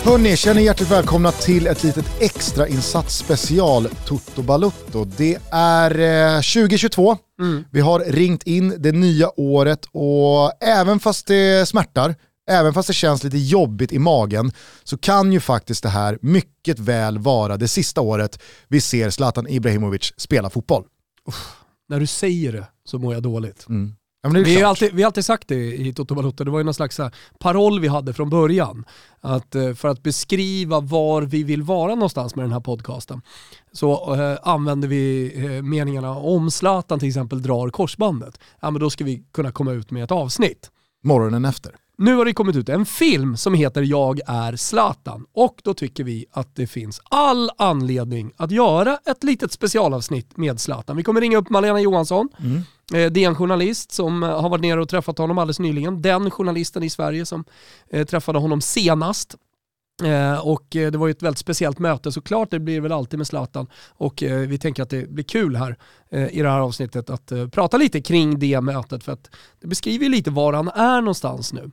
Hörrni, känner hjärtligt välkomna till ett litet extra insats special Toto Balutto. Det är 2022. Vi har ringt in det nya året och även fast det smärtar, även fast det känns lite jobbigt i magen, så kan ju faktiskt det här mycket väl vara det sista året vi ser Zlatan Ibrahimovic spela fotboll. När du säger det så mår jag dåligt. Ja, men vi har alltid sagt det i Toto Balutto. Det var ju någon slags paroll vi hade från början. Att för att beskriva var vi vill vara någonstans med den här podcasten så använder vi meningarna om Zlatan till exempel drar korsbandet. Ja, men då ska vi kunna komma ut med ett avsnitt. Morgonen efter. Nu har det kommit ut en film som heter Jag är Zlatan och då tycker vi att det finns all anledning att göra ett litet specialavsnitt med Zlatan. Vi kommer ringa upp Malena Johansson, DN-journalist som har varit nere och träffat honom alldeles nyligen. Den journalisten i Sverige som träffade honom senast. Och det var ju ett väldigt speciellt möte, såklart det blir väl alltid med Zlatan och vi tänker att det blir kul här i det här avsnittet att prata lite kring det mötet för att det beskriver ju lite var han är någonstans nu.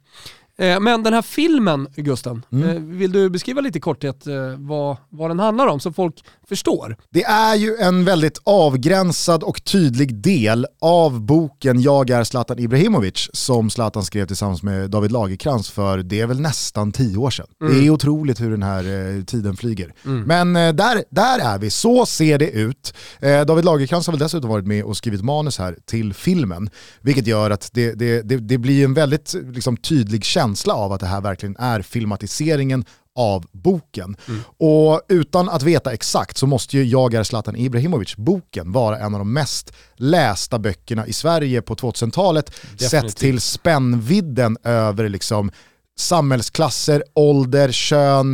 Men den här filmen, Gusten, vill du beskriva lite i korthet vad den handlar om så folk förstår? Det är ju en väldigt avgränsad och tydlig del av boken Jag är Zlatan Ibrahimovic som Zlatan skrev tillsammans med David Lagercrantz för det är väl nästan 10 år sedan. Det är otroligt hur den här tiden flyger. Men där är vi, så ser det ut. David Lagercrantz har väl dessutom varit med och skrivit manus här till filmen, vilket gör att det blir en väldigt liksom, tydlig känsla av att det här verkligen är filmatiseringen av boken. Och utan att veta exakt så måste ju Jag är Zlatan Ibrahimovic boken vara en av de mest lästa böckerna i Sverige på 2000-talet. Definitivt. Sett till spännvidden över liksom samhällsklasser, ålder, kön,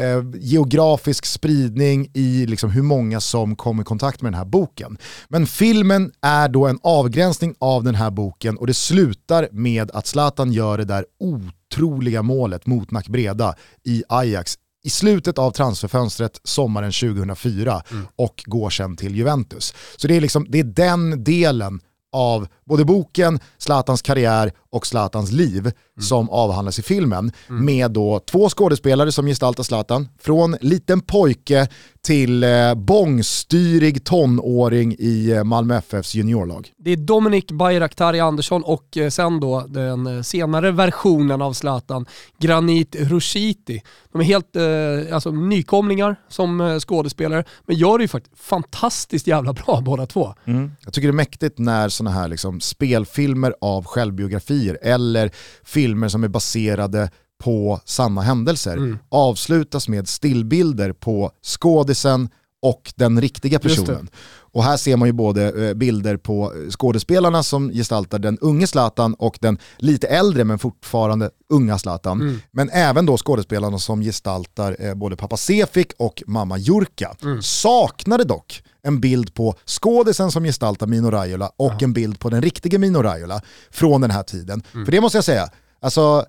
geografisk spridning i liksom hur många som kommer i kontakt med den här boken. Men filmen är då en avgränsning av den här boken och det slutar med att Zlatan gör det där otroliga målet mot Nack Breda i Ajax i slutet av transferfönstret sommaren 2004 och går sen till Juventus. Så det är den delen av både boken, Zlatans karriär och Zlatans liv som avhandlas i filmen med då 2 skådespelare som gestaltar Zlatan från liten pojke till bångstyrig tonåring i Malmö FFs juniorlag. Det är Dominik Bayraktari Andersson och sen då den senare versionen av Zlatan, Granit Rushiti. De är helt nykomlingar som skådespelare men gör det ju faktiskt fantastiskt jävla bra båda två. Jag tycker det är mäktigt när såna här liksom spelfilmer av självbiografier eller filmer som är baserade på sanna händelser avslutas med stillbilder på skådisen och den riktiga personen. Och här ser man ju både bilder på skådespelarna som gestaltar den unge Zlatan och den lite äldre men fortfarande unga Zlatan. Men även då skådespelarna som gestaltar både pappa Sefik och mamma Jurka. Saknade dock en bild på skådisen som gestaltar Mino Raiola och en bild på den riktiga Mino Raiola från den här tiden. För det måste jag säga, alltså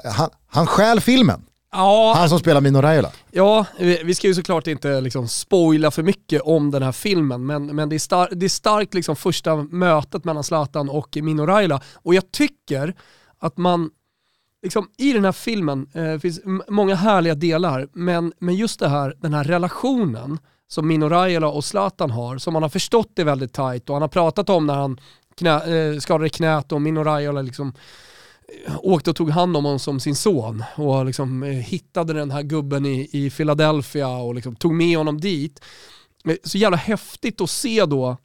han stjäl filmen. Ja, han som spelar Mino Raiola. Ja, vi ska ju såklart inte liksom spoila för mycket om den här filmen, men det är starkt liksom första mötet mellan Zlatan och Mino Raiola. Och jag tycker att man liksom, i den här filmen finns många härliga delar, men just den här relationen som Mino Raiola och Zlatan har, som man har förstått det väldigt tajt och han har pratat om när han skadade knät och Mino Raiola liksom åkte och tog hand om honom som sin son och liksom hittade den här gubben i Philadelphia och liksom tog med honom dit. Så jävla häftigt att se då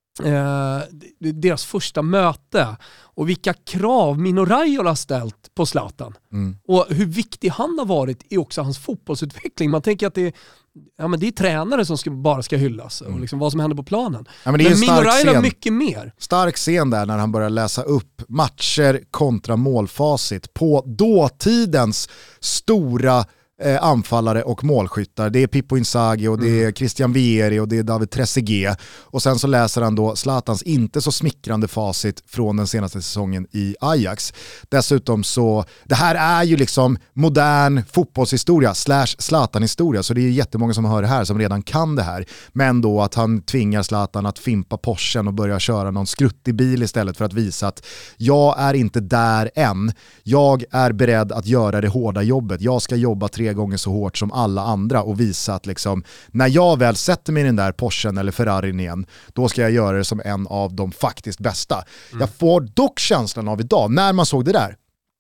deras första möte och vilka krav Mino Raiola ställt på Zlatan och hur viktig han har varit i också hans fotbollsutveckling. Man tänker att det är tränare som bara ska hyllas och liksom vad som händer på planen. Ja, men Mino Raiola mycket mer. Stark scen där när han börjar läsa upp matcher kontra målfacit på dåtidens stora anfallare och målskyttar. Det är Pippo Inzaghi och det är Christian Vieri och det är David Trezeguet. Och sen så läser han då Zlatans inte så smickrande facit från den senaste säsongen i Ajax. Dessutom så, det här är ju liksom modern fotbollshistoria / Zlatan-historia, så det är jättemånga som hör det här som redan kan det här. Men då att han tvingar Zlatan att fimpa Porschen och börja köra någon skruttig bil istället för att visa att jag är inte där än. Jag är beredd att göra det hårda jobbet. Jag ska jobba 3 3 gånger så hårt som alla andra och visa att liksom, när jag väl sätter mig i den där Porschen eller Ferrarin igen, då ska jag göra det som en av de faktiskt bästa. Jag får dock känslan av idag, när man såg det där,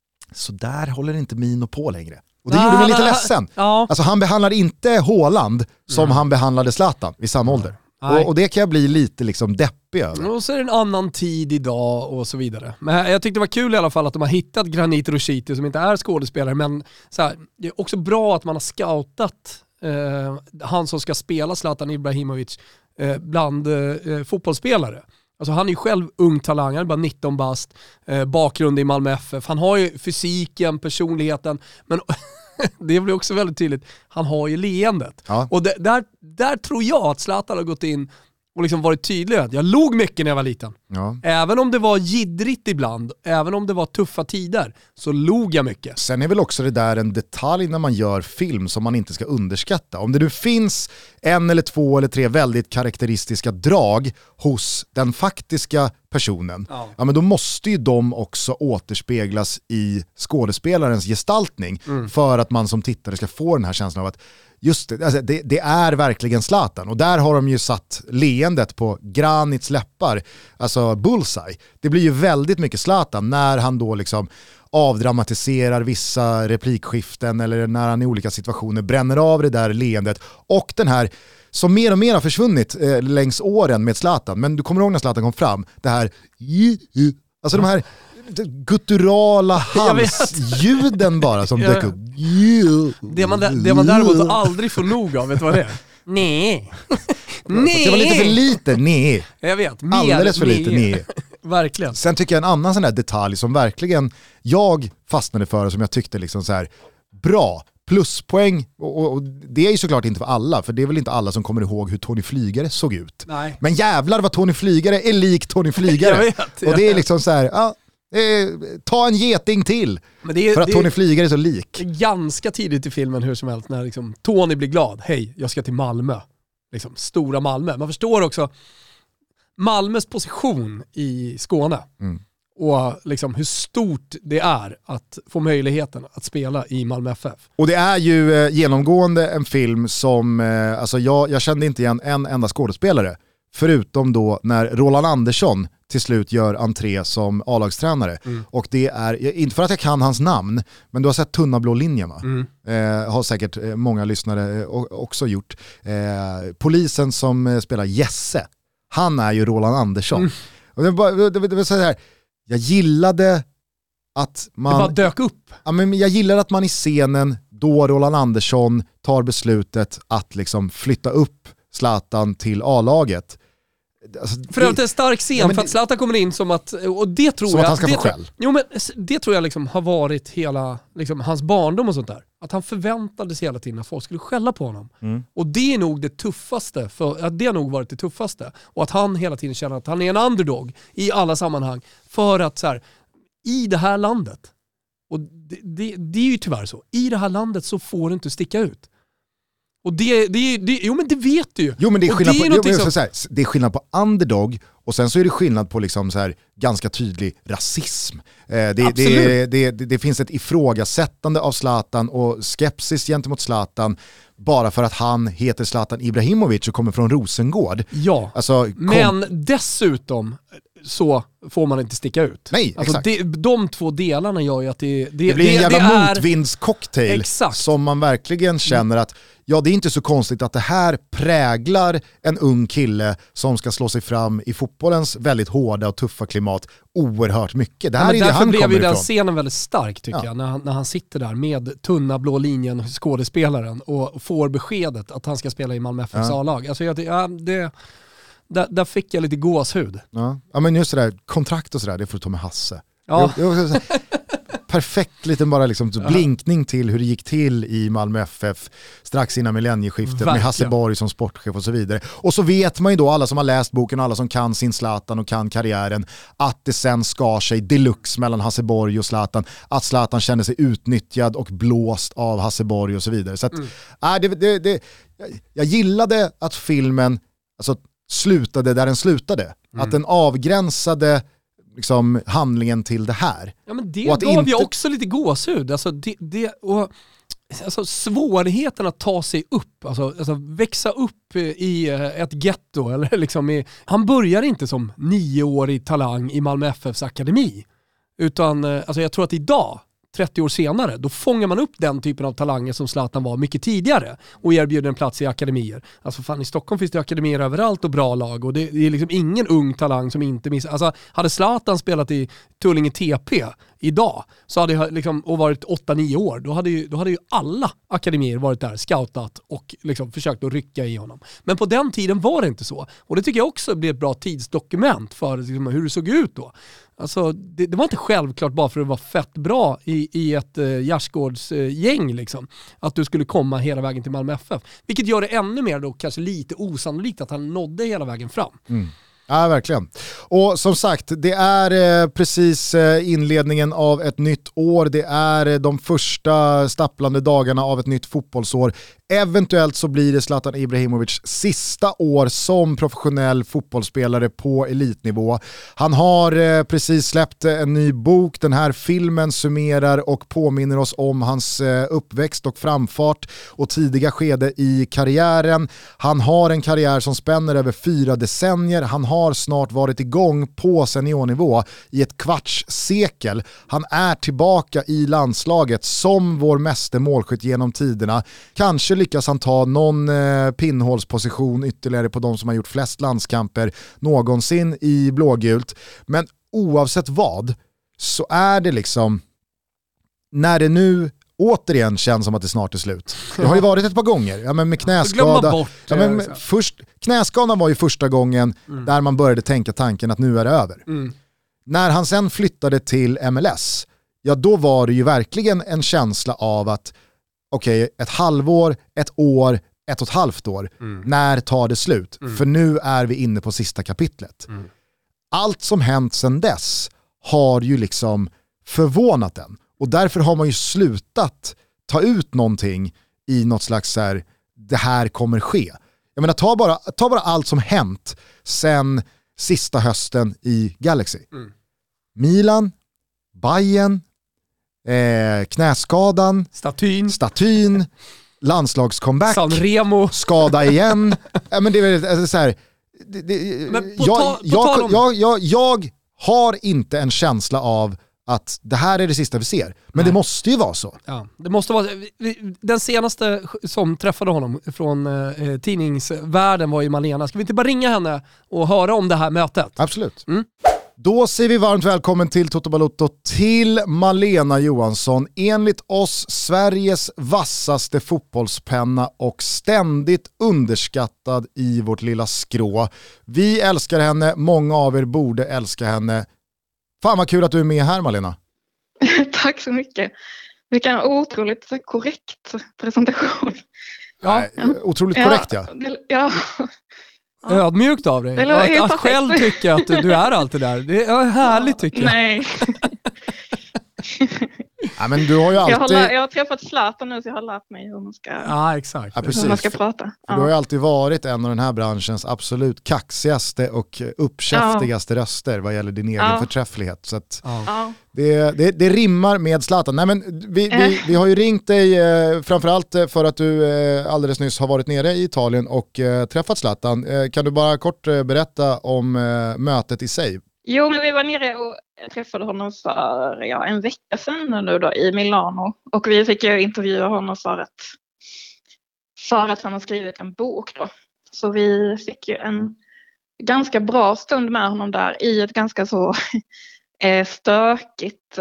så där håller inte Mino på längre. Och det gjorde mig lite ledsen. Ja. Alltså han behandlar inte Haaland som han behandlade Zlatan vid samma ålder. Och det kan jag bli lite liksom deppig över. Och så är det en annan tid idag och så vidare. Men jag tyckte det var kul i alla fall att de har hittat Granit Rushiti som inte är skådespelare, men så här, det är också bra att man har scoutat han som ska spela Zlatan Ibrahimovic bland fotbollsspelare. Alltså han är ju själv ung talang, han är bara 19 bast, bakgrund i Malmö FF. Han har ju fysiken, personligheten, men det blir också väldigt tydligt, han har ju leendet. Ja. Och där tror jag att Zlatan har gått in och liksom varit tydlig. Jag log mycket när jag var liten. Ja. Även om det var jiddrigt ibland, även om det var tuffa tider, så log jag mycket. Sen är väl också det där en detalj när man gör film som man inte ska underskatta. Om det nu finns 1 eller 2 eller 3 väldigt karaktäristiska drag hos den faktiska personen, ja, men då måste ju de också återspeglas i skådespelarens gestaltning för att man som tittare ska få den här känslan av att just det, alltså det är verkligen Zlatan. Och där har de ju satt leendet på Granits läppar, alltså bullseye. Det blir ju väldigt mycket Zlatan när han då liksom avdramatiserar vissa replikskiften eller när han i olika situationer bränner av det där leendet. Och den här som mer och mer har försvunnit längs åren med Zlatan. Men du kommer ihåg när Zlatan kom fram, det här alltså de här gutturala halsljuden bara som dök upp. Det man däremot aldrig får nog av, vet du vad det är? Nej. Det var lite för lite, nej. Jag vet. Alldeles för lite, nej. Verkligen. Sen tycker jag en annan sån här detalj som verkligen jag fastnade för och som jag tyckte liksom så här bra, pluspoäng, och det är ju såklart inte för alla, för det är väl inte alla som kommer ihåg hur Tony Flygare såg ut. Nej. Men jävlar vad Tony Flygare är lik Tony Flygare. Jag vet. Och det är liksom så här, ta en geting till. Men det är, för att Tony Flygare är så lik. Ganska tidigt i filmen hur som helst när liksom Tony blir glad. Hej, jag ska till Malmö. Liksom, stora Malmö. Man förstår också Malmös position i Skåne. Och liksom hur stort det är att få möjligheten att spela i Malmö FF. Och det är ju genomgående en film som, alltså jag kände inte igen en enda skådespelare. Förutom då när Roland Andersson till slut gör entré som A-lagstränare. Och det är, inte för att jag kan hans namn, men du har sett Tunna blå linjen, va? Har säkert många lyssnare också gjort. Polisen som spelar Jesse, han är ju Roland Andersson. Och det var så här, jag gillade att man... Det bara dök upp. Ja, men jag gillar att man i scenen då Roland Andersson tar beslutet att liksom flytta upp Zlatan till A-laget. Alltså, för det är en stark scen, för att Zlatan kommer in som att, och det tror som jag... att han ska få skäll. Jo, men det tror jag liksom har varit hela liksom, hans barndom och sånt där. Att han förväntades hela tiden att folk skulle skälla på honom. Och det är nog det tuffaste, det har nog varit det tuffaste. Och att han hela tiden känner att han är en underdog i alla sammanhang. För att så här, i det här landet, och det är ju tyvärr så, i det här landet så får du inte sticka ut. Och jo men det vet du ju. Jo men det är skillnad, det är skillnad på underdog, och sen så är det skillnad på liksom så här ganska tydlig rasism. Det finns ett ifrågasättande av Zlatan och skepsis gentemot Zlatan bara för att han heter Zlatan Ibrahimovic och kommer från Rosengård. Ja, alltså, men dessutom så får man inte sticka ut. Nej, alltså exakt. De två delarna gör ju att det blir en jävla motvindscocktail som man verkligen känner att ja, det är inte så konstigt att det här präglar en ung kille som ska slå sig fram i fotbollens väldigt hårda och tuffa klimat oerhört mycket. Det här är det han kommer ifrån. Därför blev ju den scenen väldigt stark tycker jag, när han sitter där med tunna blå linjen, skådespelaren, och får beskedet att han ska spela i Malmö FFs A-lag. Alltså där fick jag lite gåshud. Ja, men just det där, kontrakt och sådär, det får du ta med Hasse. Ja. Perfekt liten bara liksom blinkning till hur det gick till i Malmö FF strax innan millennieskiftet med Hasse Borg som sportchef och så vidare. Och så vet man ju då, alla som har läst boken och alla som kan sin Zlatan och kan karriären, att det sen skar sig deluxe mellan Hasse Borg och Zlatan. Att Zlatan kände sig utnyttjad och blåst av Hasse Borg och så vidare. Så att, jag gillade att filmen alltså, slutade där den slutade. Att den avgränsade liksom handlingen till det här. Ja, men det gav ju också lite gåshud. Alltså och alltså svårigheten att ta sig upp, alltså växa upp i ett getto, eller liksom han börjar inte som 9-årig talang i Malmö FFs akademi, utan alltså jag tror att idag 30 år senare, då fångar man upp den typen av talanger som Zlatan var mycket tidigare och erbjuder en plats i akademier. Alltså fan, i Stockholm finns det akademier överallt och bra lag, och det är liksom ingen ung talang som inte missar. Alltså hade Zlatan spelat i Tullinge TP idag så hade jag liksom, och varit 8-9 år, då hade ju alla akademier varit där, scoutat och liksom försökt att rycka i honom. Men på den tiden var det inte så. Och det tycker jag också blir ett bra tidsdokument för liksom hur det såg ut då. Alltså, det var inte självklart bara för att vara fett bra i ett Gärsgårdsgäng liksom, att du skulle komma hela vägen till Malmö FF. Vilket gör det ännu mer då kanske lite osannolikt att han nådde hela vägen fram. Mm. Ja, verkligen. Och som sagt, det är precis inledningen av ett nytt år. Det är de första stapplande dagarna av ett nytt fotbollsår. Eventuellt så blir det Zlatan Ibrahimovic sista år som professionell fotbollsspelare på elitnivå. Han har precis släppt en ny bok. Den här filmen summerar och påminner oss om hans uppväxt och framfart och tidiga skede i karriären. Han har en karriär som spänner över 4 decennier. Han har snart varit igång på seniornivå i ett kvarts sekel. Han är tillbaka i landslaget som vår meste målskytt genom tiderna. Kanske lyckas han ta någon pinnhålsposition ytterligare på de som har gjort flest landskamper någonsin i blågult. Men oavsett vad så är det liksom, när det nu återigen känns som att det snart är slut. Det har ju varit ett par gånger. Ja, men med knäskada. Knäskadan var ju första gången där man började tänka tanken att nu är det över. När han sen flyttade till MLS, ja då var det ju verkligen en känsla av att okej, ett halvår, ett år, 1,5 år. När tar det slut? För nu är vi inne på sista kapitlet. Allt som hänt sedan dess har ju liksom förvånat den. Och därför har man ju slutat ta ut någonting i något slags så här, det här kommer ske. Jag menar, ta bara allt som hänt sen sista hösten i Galaxy. Milan, Bayern, knäskadan, statyn, landslagscomeback, Sanremo, skada igen. Ja, men det är väl så här, jag har inte en känsla av att det här är det sista vi ser. Men det måste ju vara så. Ja, det måste vara. Den senaste som träffade honom från tidningsvärlden var ju Malena. Ska vi inte bara ringa henne och höra om det här mötet? Absolut. Då säger vi varmt välkommen till Toto Balotto, till Malena Johansson. Enligt oss Sveriges vassaste fotbollspenna och ständigt underskattad i vårt lilla skrå. Vi älskar henne, många av er borde älska henne. Fan vad kul att du är med här, Malena. Tack så mycket. Vilken otroligt korrekt presentation. Ja, otroligt korrekt, ja. Ja. Ödmjukt av dig. Att själv tycka att du är allt det där. Det är härligt tycker jag. Nej. Ja, men du har ju alltid... jag har träffat Zlatan nu så jag har lärt mig hur man ska, exakt. Ja, precis. hur man ska prata. För du har ju alltid varit en av den här branschens absolut kaxigaste och uppkäftigaste röster vad gäller din egen förträfflighet. Så att det rimmar med Zlatan. Nej, men vi har ju ringt dig framförallt för att du alldeles nyss har varit nere i Italien och träffat Zlatan. Kan du bara kort berätta om mötet i sig? Jo, men vi var nere och träffade honom för en vecka sedan nu då, i Milano. Och vi fick ju intervjua honom för att han har skrivit en bok då. Så vi fick ju en ganska bra stund med honom där i ett ganska så stökigt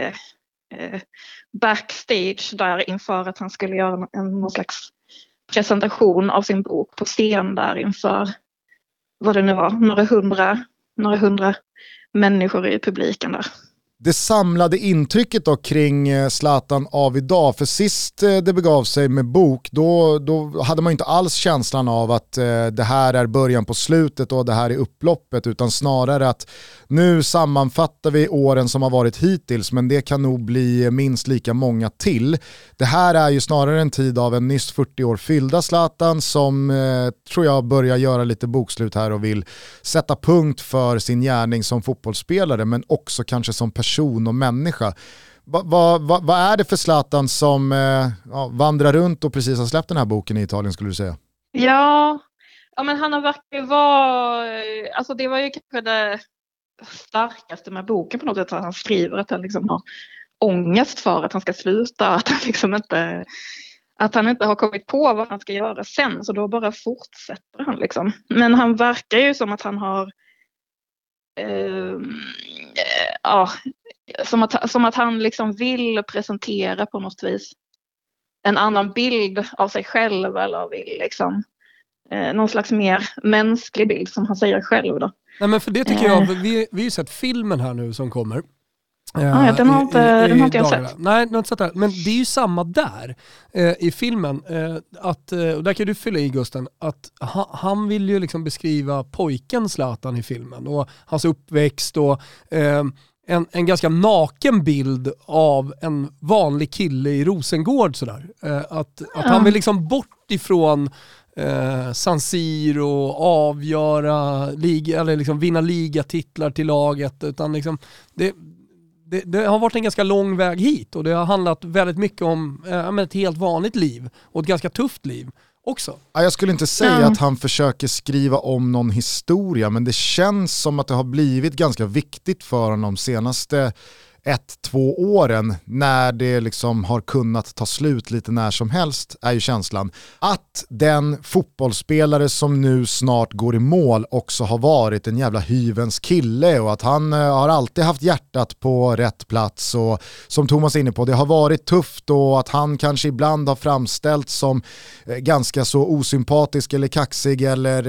backstage där inför att han skulle göra någon slags presentation av sin bok på scen där inför vad det nu var, några hundra människor i publiken där. Det samlade intrycket då kring Zlatan av idag, för sist det begav sig med bok, då hade man inte alls känslan av att det här är början på slutet och det här är upploppet, utan snarare att nu sammanfattar vi åren som har varit hittills, men det kan nog bli minst lika många till. Det här är ju snarare en tid av en nyss 40 år fyllda Zlatan som tror jag börjar göra lite bokslut här och vill sätta punkt för sin gärning som fotbollsspelare, men också kanske som person och människa. Vad är det för Zlatan som vandrar runt och precis har släppt den här boken i Italien, skulle du säga? Ja, men han verkar ju vara, alltså det var ju kanske det starkaste med boken på något sätt, att han skriver att han liksom har ångest för att han ska sluta, att han liksom inte, att han inte har kommit på vad han ska göra sen, så då bara fortsätter han liksom. Men han verkar ju som att han har som att han liksom vill presentera på något vis en annan bild av sig själv, eller vill liksom någon slags mer mänsklig bild, som han säger själv då. Nej, men för det tycker jag, vi har ju sett filmen här nu som kommer. Den har inte jag sett. Nej, den har inte sett det. Men det är ju samma där i filmen. Och där kan du fylla i, Gusten, att han vill ju liksom beskriva pojken Zlatan i filmen och hans uppväxt och en ganska naken bild av en vanlig kille i Rosengård sådär. Att han vill liksom bort ifrån San Siro, avgöra eller liksom vinna ligatitlar till laget, utan liksom det har varit en ganska lång väg hit, och det har handlat väldigt mycket om ett helt vanligt liv och ett ganska tufft liv också. Jag skulle inte säga att han försöker skriva om någon historia, men det känns som att det har blivit ganska viktigt för honom de senaste 1-2 åren, när det liksom har kunnat ta slut lite när som helst, är ju känslan att den fotbollsspelare som nu snart går i mål också har varit en jävla hyvens kille, och att han har alltid haft hjärtat på rätt plats, och som Thomas är inne på, det har varit tufft, och att han kanske ibland har framställts som ganska så osympatisk eller kaxig eller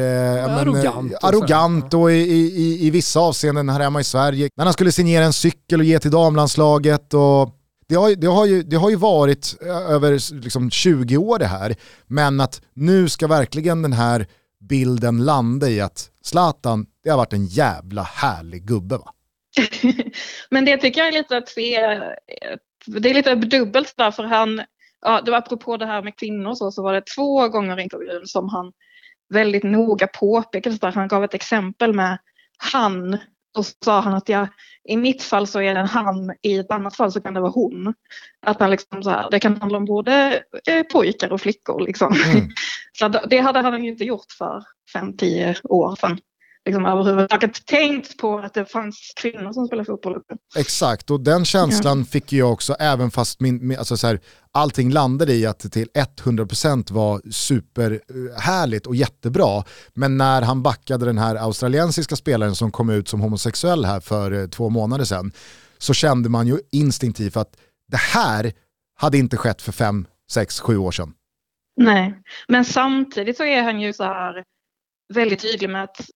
arrogant och i vissa avseenden här hemma i Sverige, när han skulle signera en cykel och ge till damlandslaget, och det har ju varit över liksom 20 år det här, men att nu ska verkligen den här bilden landa i att Zlatan, det har varit en jävla härlig gubbe, va? Men det tycker jag är lite det är lite dubbelt där, för det var apropå det här med kvinnor, så var det 2 gånger i intervjun som han väldigt noga påpekade, där han gav ett exempel med han. Och så sa han att i mitt fall så är det en han, i ett annat fall så kan det vara hon. Att han liksom så här, det kan handla om både pojkar och flickor liksom. Så det hade han ju inte gjort för 5-10 år sedan. Liksom överhuvudtaget tänkt på att det fanns kvinnor som spelar fotboll. Exakt, och den känslan fick jag också, även fast alltså så här, allting landade i att det till 100% var superhärligt och jättebra. Men när han backade den här australiensiska spelaren som kom ut som homosexuell här för 2 månader sedan, så kände man ju instinktivt att det här hade inte skett för 5, 6, 7 år sedan. Nej, men samtidigt så är han ju så här väldigt tydlig med att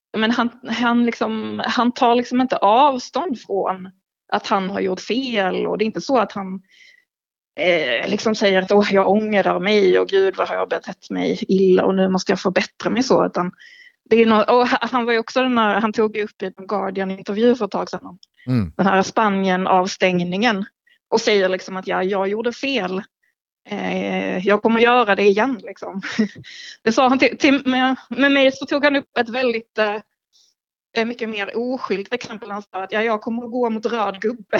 han tar liksom inte avstånd från att han har gjort fel, och det är inte så att han liksom säger att jag ångrar mig och gud vad har jag betett mig illa och nu måste jag förbättra mig, så utan det är och han var ju också han tog upp i en Guardian-intervju för ett tag sedan den här Spanien-avstängningen, och säger liksom att jag gjorde fel. Jag kommer göra det igen liksom. Det sa han med mig, så tog han upp ett väldigt mycket mer oskyldigt exempel. Han sa att jag kommer att gå mot röd gubbe.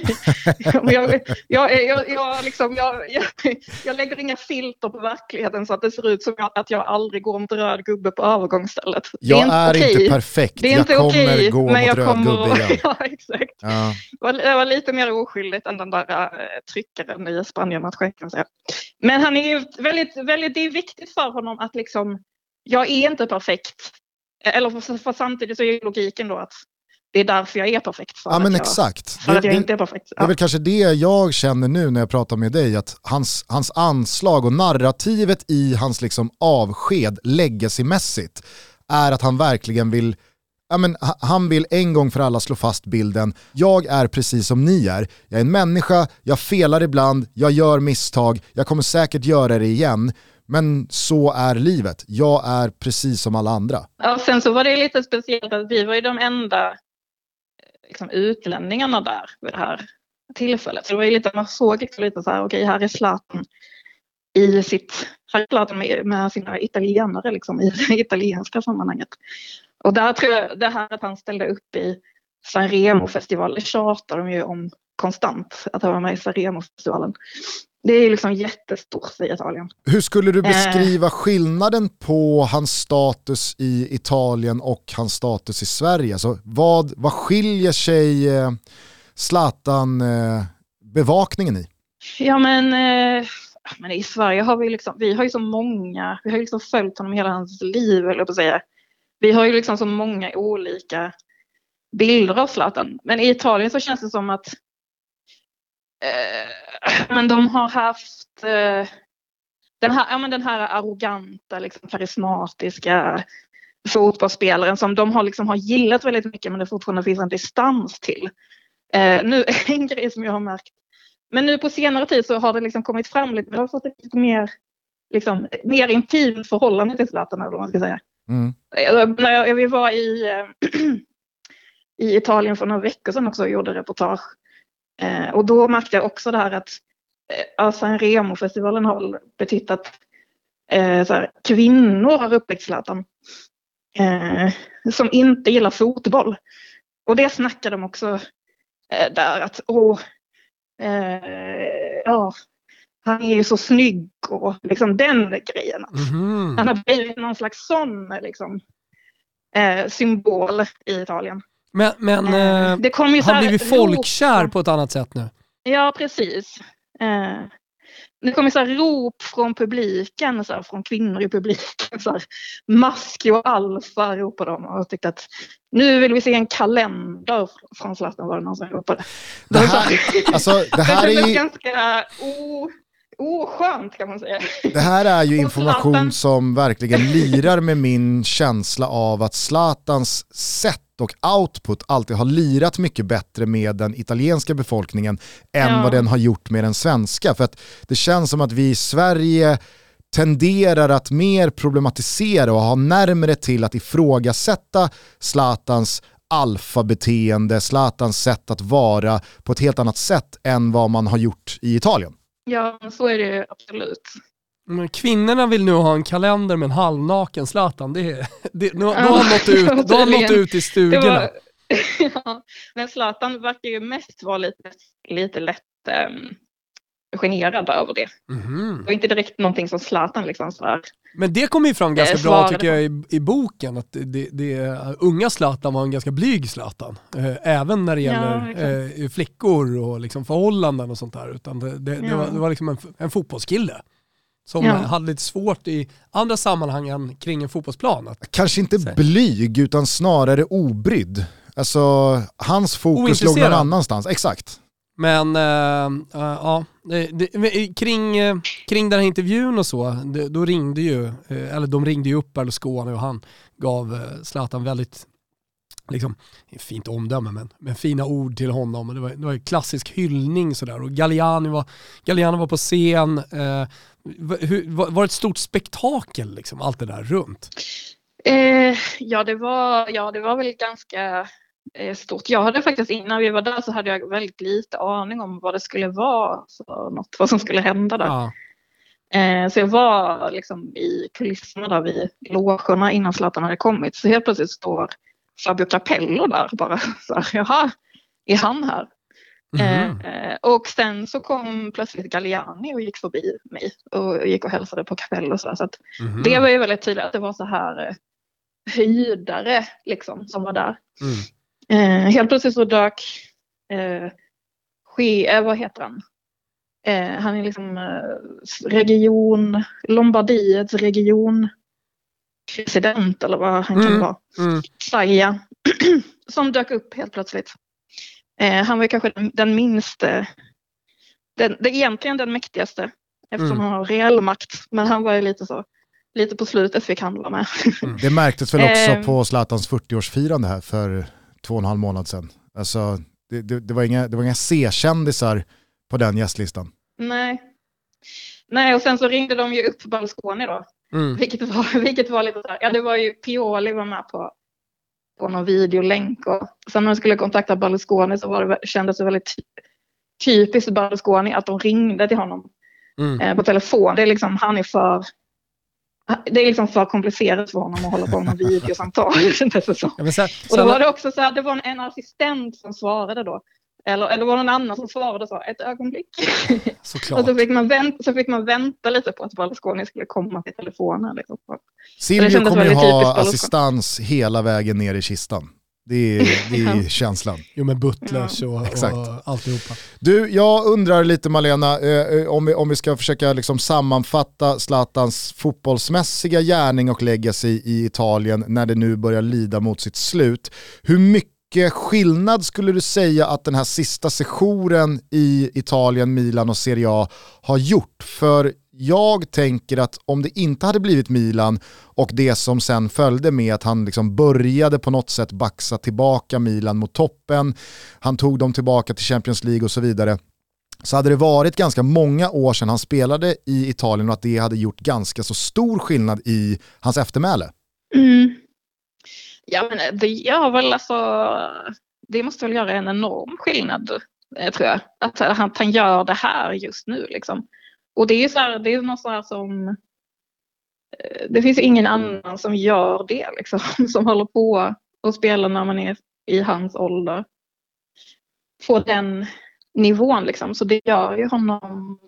jag lägger inga filter på verkligheten så att det ser ut som att jag aldrig går mot röd gubbe på övergångsstället. Jag är inte perfekt. Det är inte jag okej, kommer gå men mot röd gubbe igen. Ja, exakt. Ja. Det var lite mer oskyldigt än den där tryckaren i Spanien-matchen, kan jag säga. Men han är ju väldigt, väldigt, det är viktigt för honom att liksom, jag är inte perfekt. Eller för samtidigt så är logiken då att det är därför jag är perfekt. Ja, men exakt. För att jag inte är perfekt. Ja. Det är väl kanske det jag känner nu när jag pratar med dig, att hans anslag och narrativet i hans liksom avsked legacymässigt är att han verkligen vill, han vill en gång för alla slå fast bilden: jag är precis som ni är. Jag är en människa, jag felar ibland, jag gör misstag, jag kommer säkert göra det igen. Men så är livet. Jag är precis som alla andra. Ja, sen så var det lite speciellt att vi var ju de enda liksom, utlänningarna där vid det här tillfället. Så det var ju lite, man såg lite så här, okej, här är Zlatan med sina italienare liksom, i det italienska sammanhanget. Och där tror jag det här att han ställde upp i Sanremo-festival, det tjatar de ju om konstant att han var med i Sanremo-festivalen. Det är ju liksom jättestort i Italien. Hur skulle du beskriva skillnaden på hans status i Italien och hans status i Sverige? Alltså, vad skiljer sig Zlatan-bevakningen i? Ja, men i Sverige har vi har ju så många, vi har ju liksom följt honom hela hans liv, eller på att säga. Vi har ju liksom så många olika bilder av Zlatan. Men i Italien så känns det som att men de har haft den här arroganta, liksom, karismatiska fotbollsspelaren som de har gillat väldigt mycket, men det fortfarande finns en distans till. Nu en grej som jag har märkt. Men nu på senare tid så har det liksom kommit fram lite, men jag har fått ett mer intimt förhållande till Zlatan, eller vad man ska säga. När vi var i Italien för några veckor sedan också och gjorde reportage. Och då märkte jag också det här att Sanremo-festivalen har betytt att kvinnor har uppväxt Zlatan som inte gillar fotboll. Och det snackar de också där att han är ju så snygg och liksom den grejen. Han har blivit någon slags sån liksom, symbol i Italien. Men det kommer ju han blivit folkkär på ett annat sätt nu. Ja, precis. Det kommer så här rop från publiken, så här, från kvinnor i publiken. Så här, Maski och Alfa ropar de och tyckte att nu vill vi se en kalender från Zlatan, var det någon som ropade. Det här är ju ganska oskönt, kan man säga. Det här är ju information som verkligen lirar med min känsla av att Zlatans sätt och output alltid har lirat mycket bättre med den italienska befolkningen än vad den har gjort med den svenska. För att det känns som att vi i Sverige tenderar att mer problematisera och ha närmare till att ifrågasätta Zlatans alfabeteende, Zlatans sätt att vara på ett helt annat sätt än vad man har gjort i Italien. Ja, så är det absolut. Men kvinnorna vill nu ha en kalender med en halvnaken Zlatan. Då har han nått ut i stugorna. Men Zlatan verkar ju mest vara lite lätt generad över det. Det var inte direkt någonting som Zlatan liksom sådär. Men det kommer ju fram ganska bra tycker jag i boken, att det unga Zlatan var en ganska blyg Zlatan. Även när det gäller flickor och liksom förhållanden och sånt där. Utan det var liksom en fotbollskille som hade lite svårt i andra sammanhang än kring en fotbollsplan. Kanske inte blyg utan snarare obrydd. Alltså hans fokus låg någon annanstans. Exakt. Men kring den här intervjun och så, då ringde ju, eller de ringde ju upp Berlusconi och han gav Zlatan väldigt, liksom, fint omdöme men fina ord till honom, och det var en klassisk hyllning sådär, och Galliani var på scen. Var det ett stort spektakel liksom, allt det där runt? Det var väl ganska stort. Jag hade faktiskt, innan vi var där så hade jag väldigt lite aning om vad det skulle vara för något, vad som skulle hända där. Så jag var liksom i kulisserna där vid logerna innan Zlatan hade kommit, så helt plötsligt står Fabio Capello där bara så här, jaha, är han här? Och sen så kom plötsligt Galliani och gick förbi mig och gick och hälsade på Capello så att det var ju väldigt tydligt att det var så här höjdare liksom som var där. Helt plötsligt så dök vad heter han? Han är liksom Lombardiets regionpresident eller vad han kan vara. Saia som dök upp helt plötsligt. Han var kanske den minste, egentligen den mäktigaste, eftersom han har reell makt, men han var ju lite på slutet fick handla med. Det märktes väl också på Zlatans 40-årsfirande här för 2,5 månad sedan. Alltså, det var inga C-kändisar på den gästlistan. Nej, och sen så ringde de ju upp Berlusconi då. Vilket var lite så här, ja, det var ju Pioli var med på någon videolänk, och sen när de skulle kontakta Berlusconi så kändes det väldigt typiskt Berlusconi att de ringde till honom på telefon. Det är liksom, det är liksom för komplicerat för honom att hålla på med videosamtal. Och då var det också så här, det var en assistent som svarade då. Eller var det någon annan som svarade så, ett ögonblick. Såklart. Och så fick man vänta lite på att Berlusconi skulle komma till telefonen. Liksom. Silvio kommer ju ha assistans hela vägen ner i kistan. Det är känslan. Jo, men butlers och alltihopa. Du, jag undrar lite Malena, om vi ska försöka liksom sammanfatta Zlatans fotbollsmässiga gärning och legacy i Italien när det nu börjar lida mot sitt slut. Hur mycket skillnad skulle du säga att den här sista sessionen i Italien, Milan och Serie A har gjort? För jag tänker att om det inte hade blivit Milan och det som sen följde med att han liksom började på något sätt baxa tillbaka Milan mot toppen, han tog dem tillbaka till Champions League och så vidare, så hade det varit ganska många år sedan han spelade i Italien och att det hade gjort ganska så stor skillnad i hans eftermäle. Ja, men det gör väl det måste väl göra en enorm skillnad, tror jag. Att han gör det här just nu liksom. Och det är så här, det är något så här som det finns ingen annan som gör det liksom, som håller på och spelar när man är i hans ålder på den nivån liksom. Så det gör ju honom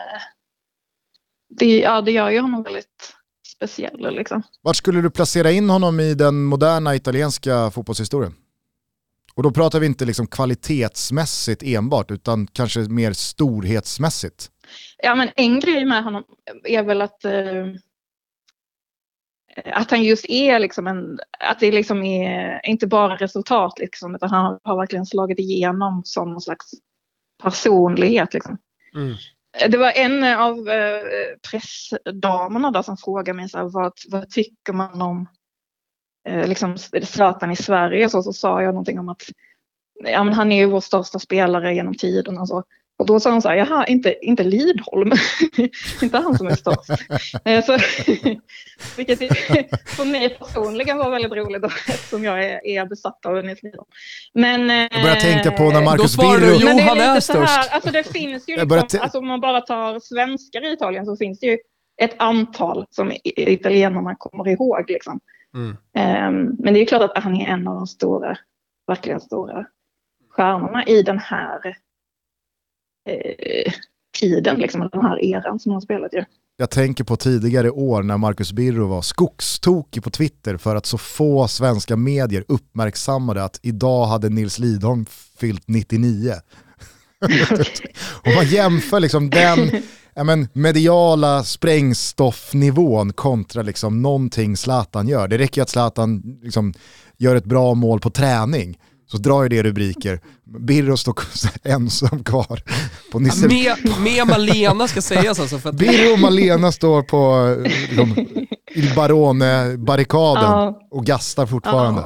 det gör ju honom väldigt speciell liksom. Vart skulle du placera in honom i den moderna italienska fotbollshistorien? Och då pratar vi inte liksom kvalitetsmässigt enbart utan kanske mer storhetsmässigt. Ja, men en grej med honom är väl att han just är liksom att det liksom är inte bara resultat liksom, utan han har verkligen slagit igenom som någon slags personlighet liksom. Det var en av pressdamerna där som frågade mig så här, vad tycker man om liksom Zlatan i Sverige, så sa jag någonting om att ja, men han är ju vår största spelare genom tiden och så. Och då sa han så här, jaha, inte Lidholm, inte han som är störst. Så, vilket för mig personligen var väldigt roligt då, eftersom jag är besatt av Nils Lidholm. Men jag börjar tänka på när Marcus Birro... Men det är störst. Alltså det finns ju liksom, alltså om man bara tar svenskar i Italien så finns det ju ett antal som italienarna kommer ihåg liksom. Men det är klart att han är en av de stora, verkligen stora stjärnorna i den här tiden, liksom, den här eran som han spelat ju. Jag tänker på tidigare år när Marcus Birro var skogstokig på Twitter för att så få svenska medier uppmärksammade att idag hade Nils Lidholm fyllt 99. Och man jämför liksom den mediala sprängstoffnivån kontra liksom någonting Zlatan gör. Det räcker att Zlatan liksom gör ett bra mål på träning. Så drar ju det rubriker. Birro står ensam kvar. På med Malena ska sägas alltså. För att... Birro och Malena står på Il Barone-barrikaden och gastar fortfarande.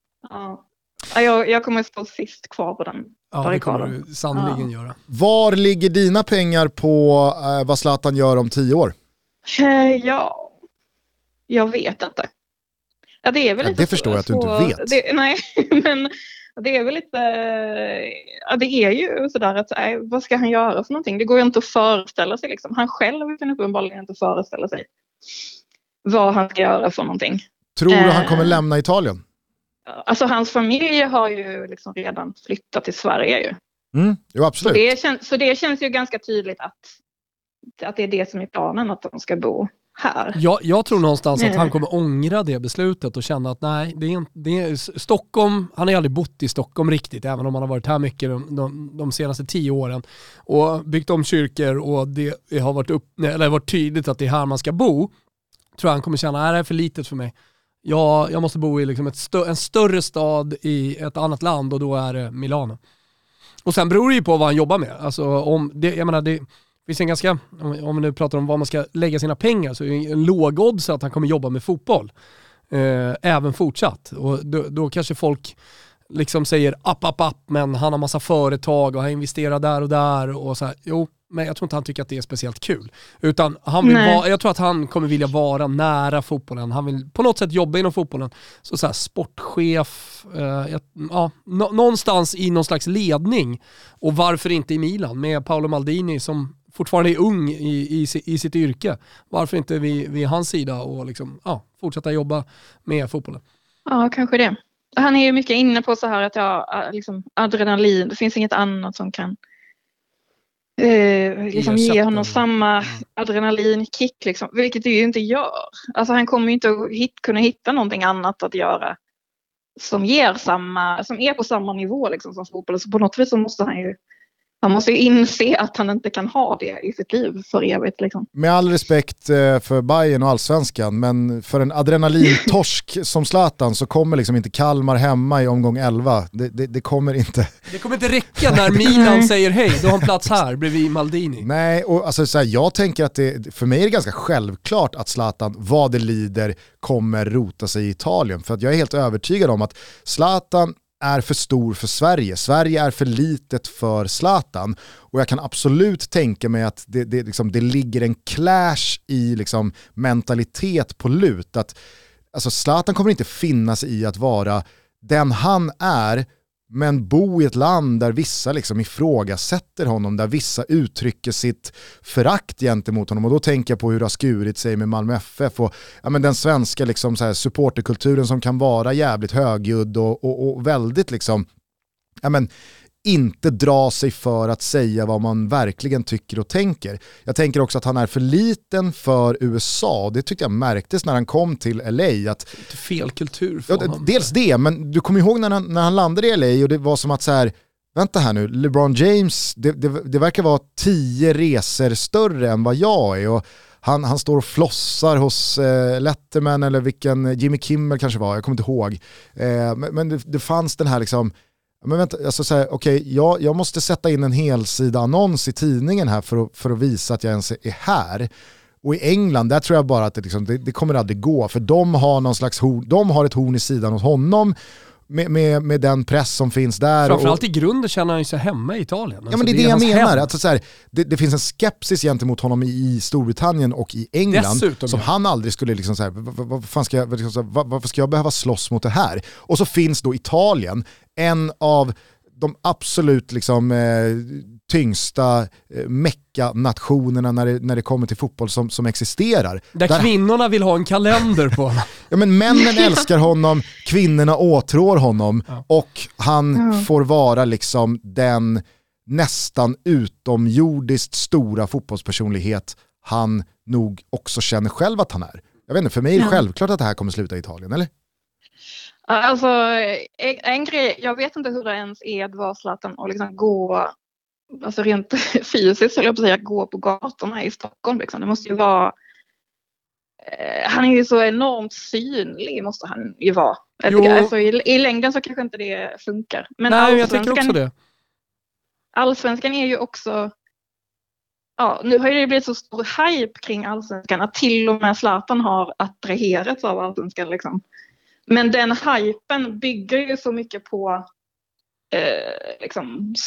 Jag kommer stå sist kvar på den barrikaden. Det kommer du sannoliken göra. Var ligger dina pengar på vad Zlatan gör om 10 år? Ja, jag vet inte. Ja, det är väl lite det förstår jag att du inte vet. Nej, men det är väl lite... Ja, det är ju sådär att vad ska han göra för någonting? Det går ju inte att föreställa sig. Liksom. Han själv kan uppenbarligen inte föreställa sig vad han ska göra för någonting. Tror du han kommer lämna Italien? Alltså hans familj har ju liksom redan flyttat till Sverige ju. Jo, absolut. Så det känns ju ganska tydligt att det är det som är planen, att de ska bo här. Jag tror någonstans att han kommer ångra det beslutet och känna att nej, det är Stockholm, han har aldrig bott i Stockholm riktigt, även om han har varit här mycket de senaste 10 åren och byggt om kyrkor och det har varit tydligt att det är här man ska bo. Tror han kommer känna att det är för litet för mig. Jag måste bo i liksom en större stad i ett annat land och då är det Milano. Och sen beror det ju på vad han jobbar med. Alltså det finns en ganska, om vi nu pratar om vad man ska lägga sina pengar, så är det en låg odds att han kommer jobba med fotboll. Även fortsatt. Och då kanske folk liksom säger app, men han har massa företag och har investerat där och där och så här. Jo, men jag tror inte han tycker att det är speciellt kul. Utan jag tror att han kommer vilja vara nära fotbollen. Han vill på något sätt jobba inom fotbollen. Så här, sportchef, någonstans i någon slags ledning. Och varför inte i Milan med Paolo Maldini som fortfarande är ung i sitt yrke. Varför inte vid hans sida och liksom, fortsätta jobba med fotbollen? Ja, kanske det. Han är ju mycket inne på så här att liksom adrenalin, det finns inget annat som kan liksom ge honom samma adrenalinkick liksom, vilket det ju inte gör. Alltså han kommer ju inte att kunna hitta någonting annat att göra som är på samma nivå liksom som fotboll. Så på något vis så måste han måste ju inse att han inte kan ha det i sitt liv för evigt. Liksom. Med all respekt för Bayern och allsvenskan, men för en adrenalintorsk som Zlatan så kommer liksom inte Kalmar hemma i omgång 11. Det kommer inte. Det kommer inte räcka när Milan säger hej, du har en plats här bredvid Maldini. Nej, och alltså, så här, jag tänker att för mig är det ganska självklart att Zlatan, vad det lider, kommer rota sig i Italien. För att jag är helt övertygad om att Zlatan är för stor för Sverige. Sverige är för litet för Zlatan. Och jag kan absolut tänka mig att det ligger en clash i liksom mentalitet på lut. Att, alltså, Zlatan kommer inte finna sig i att vara den han är, men bo i ett land där vissa liksom ifrågasätter honom, där vissa uttrycker sitt förakt gentemot honom. Och då tänker jag på hur det har skurit sig med Malmö FF och men den svenska liksom så här supporterkulturen som kan vara jävligt högljudd och väldigt liksom, inte dra sig för att säga vad man verkligen tycker och tänker. Jag tänker också att han är för liten för USA. Det tyckte jag märktes när han kom till LA. Att, fel kultur för honom. Dels det, men du kommer ihåg när han landade i LA och det var som att så här, vänta här nu, LeBron James, det verkar vara 10 resor större än vad jag är och han står och flossar hos Letterman eller vilken Jimmy Kimmel kanske var, jag kommer inte ihåg. Men det fanns den här liksom, men vänta, alltså så här, okej, jag måste sätta in en helsida annons i tidningen här för att visa att jag ens är här. Och i England, där tror jag bara att det kommer aldrig gå, för de har någon slags de har ett horn i sidan hos honom med den press som finns där. Framförallt i grunden känner han ju sig hemma i Italien. Ja, men det är det jag menar. Alltså, så här, det finns en skepsis gentemot honom i Storbritannien och i England. Dessutom, som han aldrig skulle liksom så här, varför ska jag behöva slåss mot det här? Och så finns då Italien, en av de absolut liksom, tyngsta mecka-nationerna när det kommer till fotboll som existerar. Där kvinnorna vill ha en kalender på honom. Ja, men männen älskar honom, kvinnorna åtrår honom och han får vara liksom den nästan utomjordiskt stora fotbollspersonlighet han nog också känner själv att han är. Jag vet inte, för mig är det självklart att det här kommer sluta i Italien, eller? Alltså, en grej, jag vet inte hur det ens är att vara Zlatan och liksom gå, alltså rent fysiskt, eller jag säga, gå på gatorna i Stockholm. Liksom. Det måste ju vara, han är ju så enormt synlig, måste han ju vara. Alltså, i längden så kanske inte det funkar. Men nej, jag tycker också det. Allsvenskan är ju också, nu har det blivit så stor hype kring Allsvenskan att till och med Zlatan har attraherats av Allsvenskan liksom. Men den hypen bygger ju så mycket på liksom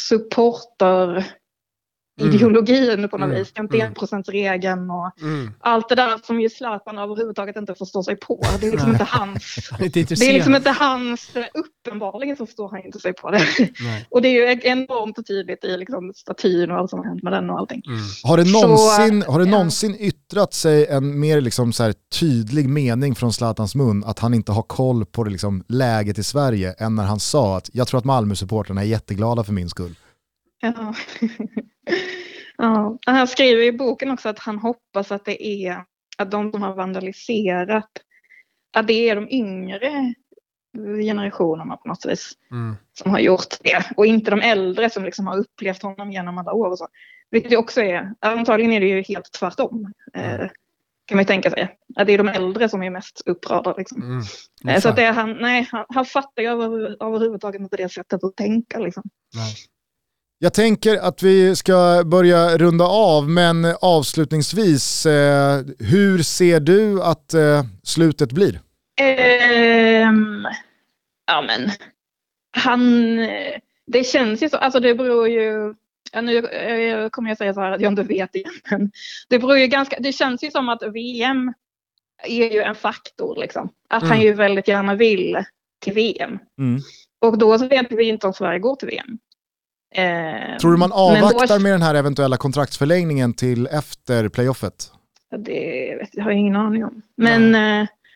supporter-ideologin på något vis. 51%-regeln och allt det där som ju Zlatan överhuvudtaget inte förstår sig på. Det är liksom inte hans. Det är liksom inte hans, uppenbarligen så förstår han inte sig på det. Nej. Och det är ju enormt tydligt i liksom statyn och allt som har hänt med den och allting. Har det någonsin yttrat sig en mer liksom så här tydlig mening från Zlatans mun att han inte har koll på det liksom läget i Sverige än när han sa att jag tror att Malmö-supporterna är jätteglada för min skull? Ja. Ja. Han skriver i boken också att han hoppas att det är att de som har vandaliserat, att det är de yngre generationerna på något vis som har gjort det och inte de äldre som liksom har upplevt honom genom alla år och så. Vilket det också är, antagligen är det ju helt tvärtom. Kan man ju tänka sig. Att det är de äldre som är mest upprörda liksom. Så att det är han fattar ju överhuvudtaget inte det sättet att tänka liksom. Nej. Jag tänker att vi ska börja runda av, men avslutningsvis, hur ser du att slutet blir? Ja men, det känns ju så, alltså det beror ju, nu kommer jag säga så här att jag inte vet igen, men det beror ju det känns ju som att VM är ju en faktor liksom. Att han ju väldigt gärna vill till VM. Och då så vet vi inte om Sverige går till VM. Tror du man avvaktar med den här eventuella kontraktsförlängningen till efter playoffet? Det har jag ingen aning om. Men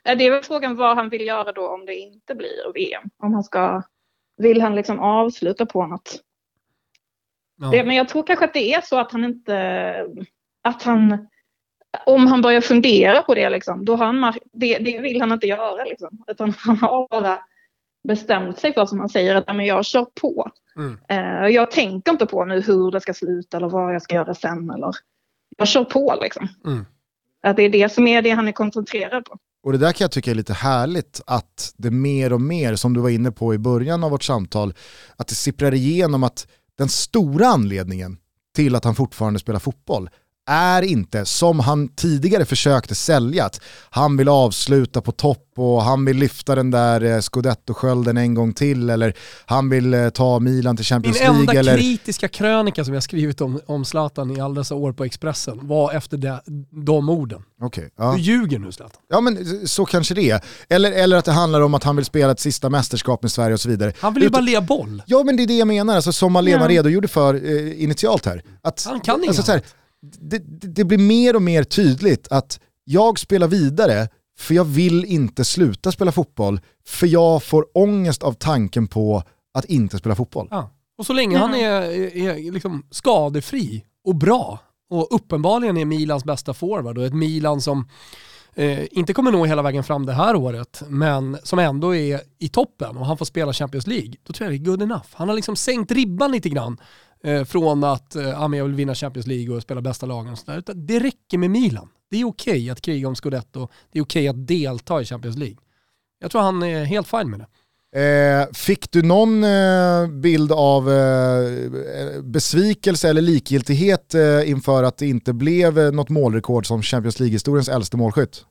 Det är väl frågan vad han vill göra då om det inte blir VM. Vill han liksom avsluta på något? Ja. Men jag tror kanske att det är så att om han börjar fundera på det liksom, då det vill han inte göra liksom. Utan han har bara bestämt sig för, som han säger, att men jag kör på. Jag tänker inte på nu hur det ska sluta eller vad jag ska göra sen, eller jag kör på liksom. Att det är det som är det han är koncentrerad på. Och det där kan jag tycka är lite härligt, att det mer och mer, som du var inne på i början av vårt samtal, att det sipprar igenom att den stora anledningen till att han fortfarande spelar fotboll är inte, som han tidigare försökte sälja, att han vill avsluta på topp och han vill lyfta den där Scudetto-skölden en gång till, eller han vill ta Milan till Champions League. Min enda eller... kritiska krönika som jag skrivit om Zlatan i alla dessa år på Expressen var efter de orden. Okay, ja. Du ljuger nu, Zlatan. Ja, men så kanske det är. Eller att det handlar om att han vill spela ett sista mästerskap med Sverige och så vidare. Han vill ju bara lea boll. Ja, men det är det jag menar. Alltså, som Malena redogjorde för initialt här. Att, han kan alltså, så här, det blir mer och mer tydligt att jag spelar vidare för jag vill inte sluta spela fotboll, för jag får ångest av tanken på att inte spela fotboll. Ja. Och så länge han är liksom skadefri och bra, och uppenbarligen är Milans bästa forward, och ett Milan som inte kommer nå hela vägen fram det här året, men som ändå är i toppen, och han får spela Champions League, då tror jag det är good enough. Han har liksom sänkt ribban lite grann från att jag vill vinna Champions League och spela bästa lagen och sådär. Det räcker med Milan. Det är okej att kriga om Scudetto. Det är okej att delta i Champions League. Jag tror han är helt fine med det. Fick du någon bild av besvikelse eller likgiltighet inför att det inte blev något målrekord som Champions League-historiens äldste målskytt?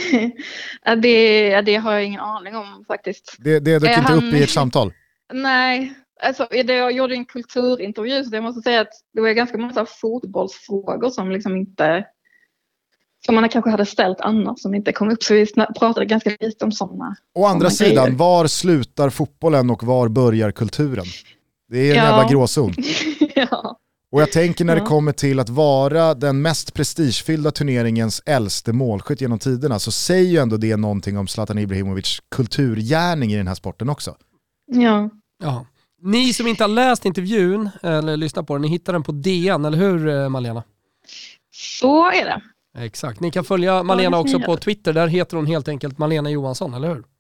Det har jag ingen aning om faktiskt. Det dök inte upp i ett samtal? Nej. Alltså, jag gjorde en kulturintervju, så jag måste säga att det var ganska många fotbollsfrågor som liksom inte, som man kanske hade ställt annars, som inte kom upp, så vi pratade ganska lite om sådana. Å andra sidan, grejer. Var slutar fotbollen och var börjar kulturen? Det är en jävla gråzon. Ja. Och jag tänker när det kommer till att vara den mest prestigefyllda turneringens äldste målskytt genom tiderna, så säger ju ändå det någonting om Zlatan Ibrahimovic kulturgärning i den här sporten också. Ja. Ja. Ni som inte har läst intervjun eller lyssnat på den, ni hittar den på DN, eller hur Malena? Så är det. Exakt. Ni kan följa Malena också på Twitter, där heter hon helt enkelt Malena Johansson, eller hur?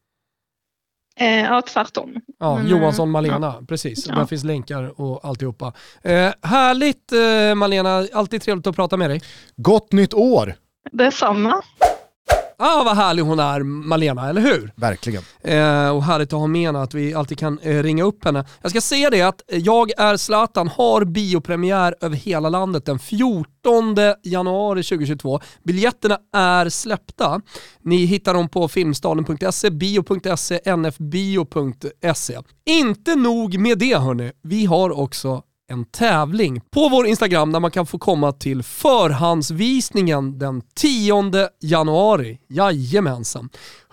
Ja, tvärtom. Ja, Johansson Malena, precis. Ja. Där finns länkar och alltihopa. Härligt Malena, alltid trevligt att prata med dig. Gott nytt år! Detsamma. Vad härlig hon är, Malena, eller hur? Verkligen. Och härligt att ha med henne, att vi alltid kan ringa upp henne. Jag ska säga det att Jag är Zlatan har biopremiär över hela landet den 14 januari 2022. Biljetterna är släppta. Ni hittar dem på filmstaden.se, bio.se, nfbio.se. Inte nog med det, hörni. Vi har också en tävling på vår Instagram där man kan få komma till förhandsvisningen den 10 januari. Jajamensan.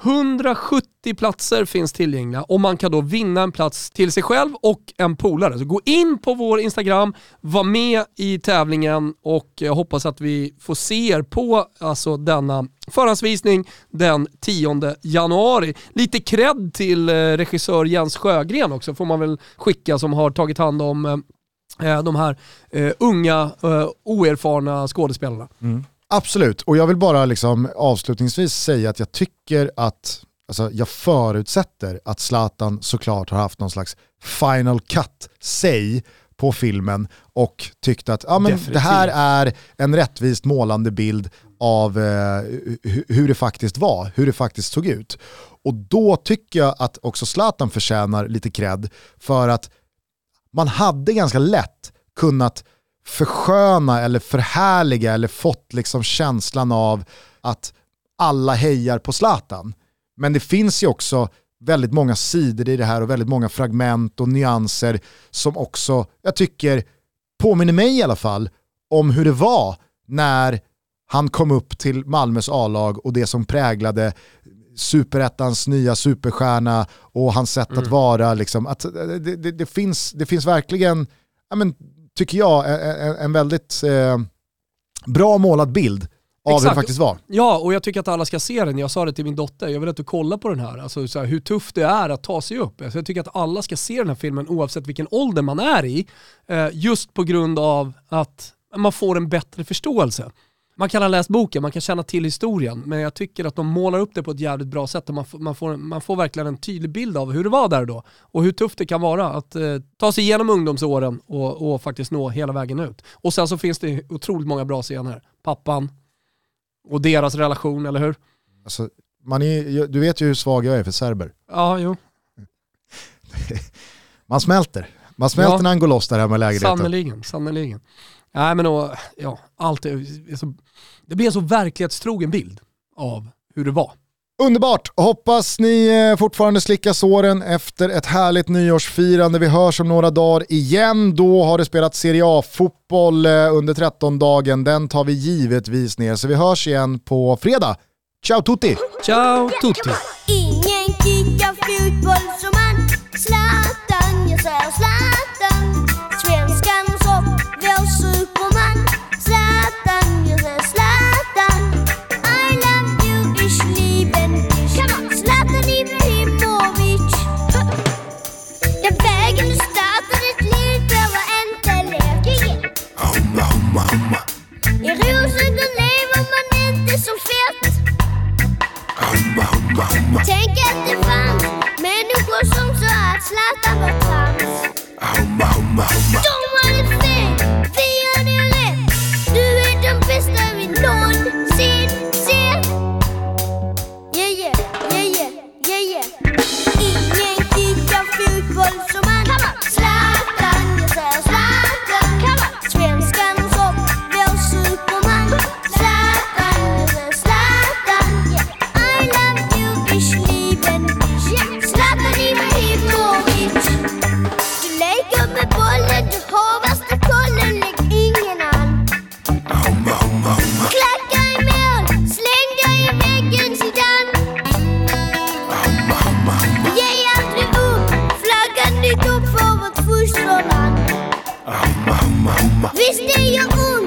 170 platser finns tillgängliga och man kan då vinna en plats till sig själv och en polare. Så gå in på vår Instagram, var med i tävlingen, och jag hoppas att vi får se er på denna förhandsvisning den 10 januari. Lite cred till regissör Jens Sjögren också, får man väl skicka, som har tagit hand om de här unga, oerfarna skådespelarna. Absolut, och jag vill bara avslutningsvis säga att jag tycker att, jag förutsätter att Zlatan såklart har haft någon slags final cut say på filmen och tyckte att det här är en rättvist målande bild av hur det faktiskt var, hur det faktiskt såg ut. Och då tycker jag att också Zlatan förtjänar lite cred, för att man hade ganska lätt kunnat försköna eller förhärliga eller fått känslan av att alla hejar på Zlatan. Men det finns ju också väldigt många sidor i det här och väldigt många fragment och nyanser som också, jag tycker, påminner mig i alla fall om hur det var när han kom upp till Malmös A-lag och det som präglade superettans nya superstjärna och hans sätt att vara. Att det finns verkligen, tycker jag, en väldigt bra målad bild av hur det faktiskt var. Ja, och jag tycker att alla ska se den. Jag sa det till min dotter, jag vill att du kollar på den här. Alltså så här, hur tufft det är att ta sig upp. Alltså, jag tycker att alla ska se den här filmen oavsett vilken ålder man är i. Just på grund av att man får en bättre förståelse. Man kan ha läst boken, man kan känna till historien, men jag tycker att de målar upp det på ett jävligt bra sätt och man får verkligen en tydlig bild av hur det var där då och hur tufft det kan vara att ta sig igenom ungdomsåren och faktiskt nå hela vägen ut. Och sen så finns det otroligt många bra scener. Pappan och deras relation, eller hur? Alltså, du vet ju hur svag jag är för serber. Ja, jo. Man smälter när han går loss där hemma i lägenheten. Sannoliken. Nej, men då, ja, allt det blir en så verklighetstrogen bild av hur det var. Underbart! Hoppas ni fortfarande slickar såren efter ett härligt nyårsfirande. Vi hörs om några dagar igen. Då har det spelat Serie A-fotboll under 13-dagen. Den tar vi givetvis ner. Så vi hörs igen på fredag. Ciao tutti! Ciao tutti! Ingen kickar fotboll som han. Zlatan, jag säger Zlatan. Svenskan hos oss, vår superman. Zlatan, jag säger Zlatan. I love you, ich lieben dich. Zlatan Ibrahimovic. Jag väger nu startar ett liv över en telek. I Rosengård lever man inte så fett. Tänk att det fanns människor som sa att Zlatan var trams. De hade fel, vi hade rätt. Du är den bästa vi någonsin sett. Yeah, yeah, yeah, yeah, yeah, yeah. Ingen kickar fotboll som han. Zlatan, jag säger Zlatan. Svenskan hos oss, vår superman. Zlatan, jag säger Zlatan. I love you, ich lieben dich. Zlatan Ibrahimovic. Du leker med bollen, du har värsta kollen, lägg ingen an. Klacka i mål, släng dig i väggen, Zidane. Ge aldrig upp, flaggan dit upp för vårt fosterland. Visst det gör ont.